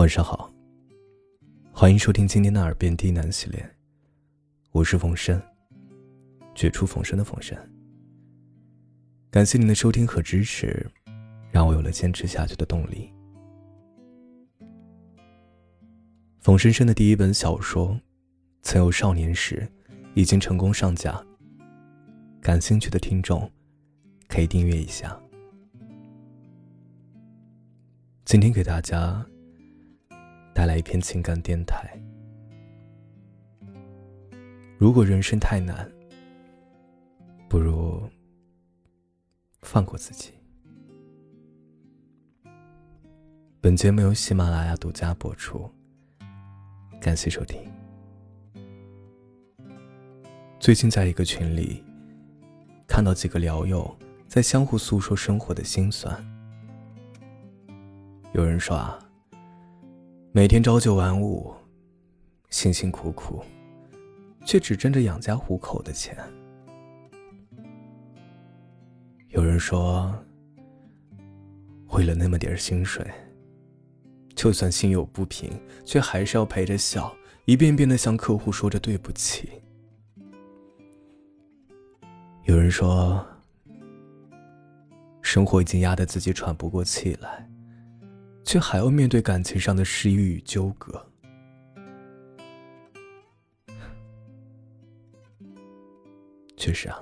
晚上好，欢迎收听今天的耳边低喃系列，我是冯生，绝处逢生的冯生。感谢您的收听和支持，让我有了坚持下去的动力。冯生生的第一本小说《曾有少年时》已经成功上架，感兴趣的听众可以订阅一下。今天给大家带来一篇情感电台。如果人生太难，不如放过自己。本节目由喜马拉雅独家播出，感谢收听。最近在一个群里看到几个聊友在相互诉说生活的辛酸。有人说每天朝九晚五，辛辛苦苦，却只挣着养家糊口的钱。有人说，为了那么点薪水，就算心有不平，却还是要陪着笑，一遍遍地向客户说着对不起。有人说，生活已经压得自己喘不过气来，却还要面对感情上的失意与纠葛。确实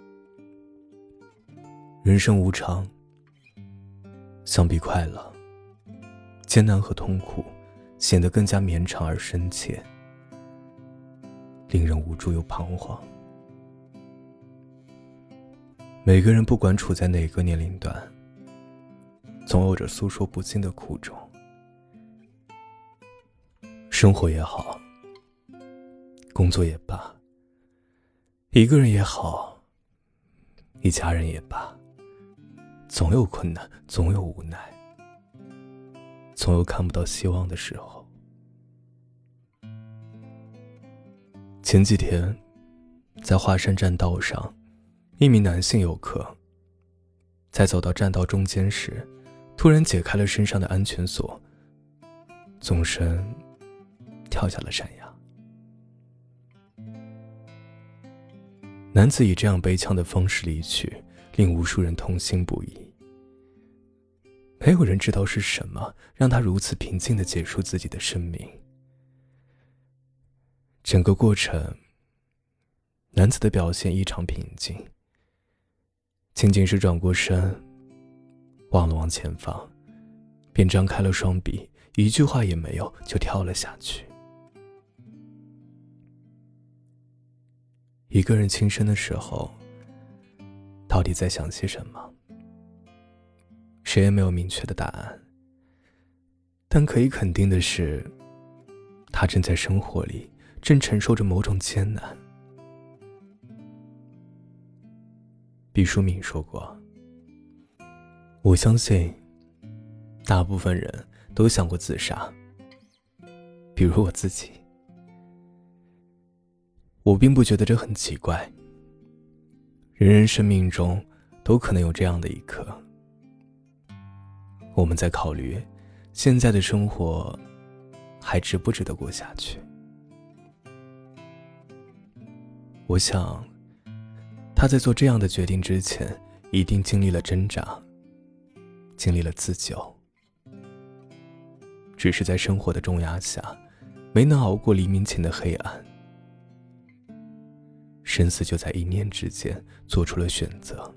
人生无常，相比快乐，艰难和痛苦显得更加绵长而深切，令人无助又彷徨。每个人不管处在哪个年龄段，总有着诉说不尽的苦衷。生活也好，工作也罢，一个人也好，一家人也罢，总有困难，总有无奈，总有看不到希望的时候。前几天在华山栈道上，一名男性游客在走到栈道中间时，突然解开了身上的安全锁，纵身跳下了山崖。男子以这样悲怆的方式离去，令无数人痛心不已。没有人知道是什么让他如此平静地结束自己的生命。整个过程，男子的表现异常平静，仅仅是转过身，望了望前方，便张开了双臂，一句话也没有就跳了下去。一个人轻生的时候，到底在想些什么？谁也没有明确的答案。但可以肯定的是，他正在生活里，正承受着某种艰难。毕淑敏说过，我相信大部分人都想过自杀，比如我自己。我并不觉得这很奇怪，人人生命中都可能有这样的一刻，我们在考虑现在的生活还值不值得过下去。我想他在做这样的决定之前，一定经历了挣扎，经历了自救，只是在生活的重压下，没能熬过黎明前的黑暗，生死就在一念之间做出了选择。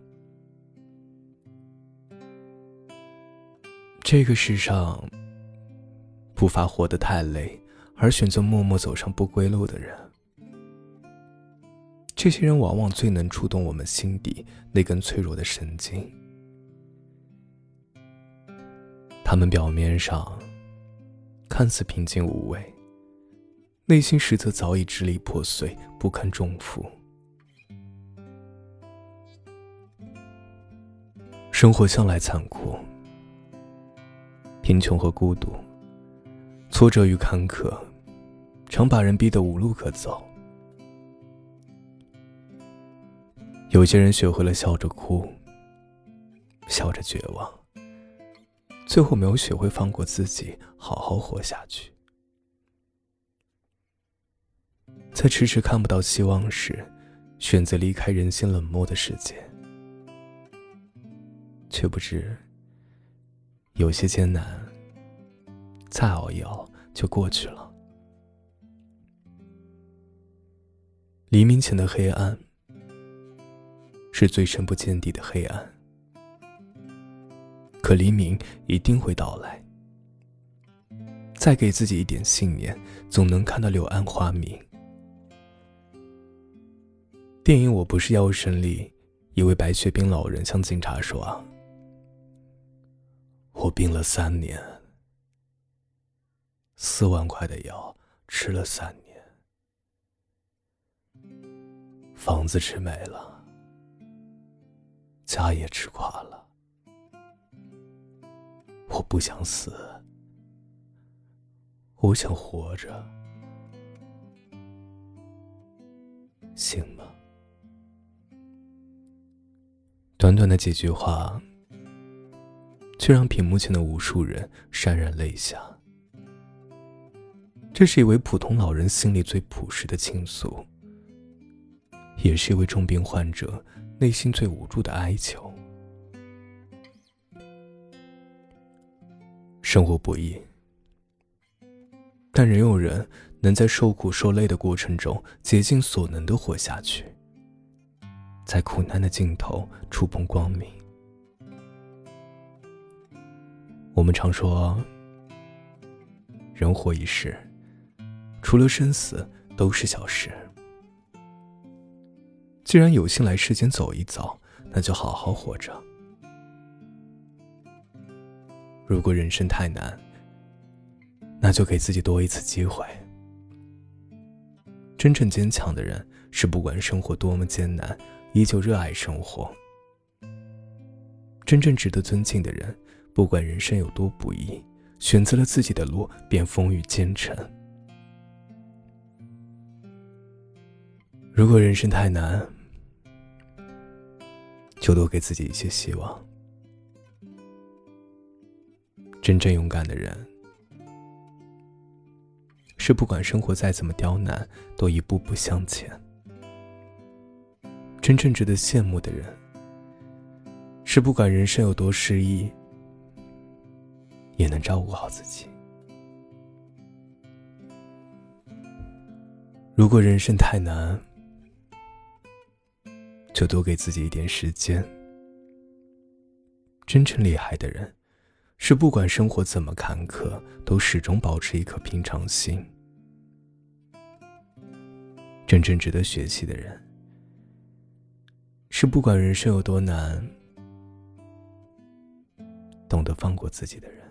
这个世上不乏活得太累而选择默默走上不归路的人，这些人往往最能触动我们心底那根脆弱的神经。他们表面上看似平静无畏，内心实则早已支离破碎，不堪重负。生活向来残酷，贫穷和孤独，挫折与坎坷，常把人逼得无路可走。有些人学会了笑着哭，笑着绝望， 最后没有学会放过自己，好好活下去。在迟迟看不到希望时，选择离开人心冷漠的世界，却不知有些艰难再熬一熬就过去了。黎明前的黑暗是最深不见底的黑暗，可黎明一定会到来。再给自己一点信念，总能看到柳暗花明。电影《我不是药神》里，一位白血病老人向警察说：“我病了3年，4万块的药吃了3年，房子吃没了，家也吃垮了。我不想死，我想活着，行吗？”短短的几句话，却让屏幕前的无数人潸然泪下。这是一位普通老人心里最朴实的倾诉，也是一位重病患者内心最无助的哀求。生活不易，但仍有人能在受苦受累的过程中竭尽所能地活下去，在苦难的尽头触碰光明。我们常说，人活一世，除了生死都是小事。既然有幸来世间走一遭，那就好好活着。如果人生太难，那就给自己多一次机会。真正坚强的人，是不管生活多么艰难，依旧热爱生活。真正值得尊敬的人，不管人生有多不易，选择了自己的路，便风雨兼程。如果人生太难，就多给自己一些希望。真正勇敢的人，是不管生活再怎么刁难，都一步步向前。真正值得羡慕的人，是不管人生有多失意，也能照顾好自己。如果人生太难，就多给自己一点时间。真正厉害的人，是不管生活怎么坎坷，都始终保持一颗平常心。真正值得学习的人，是不管人生有多难，懂得放过自己的人。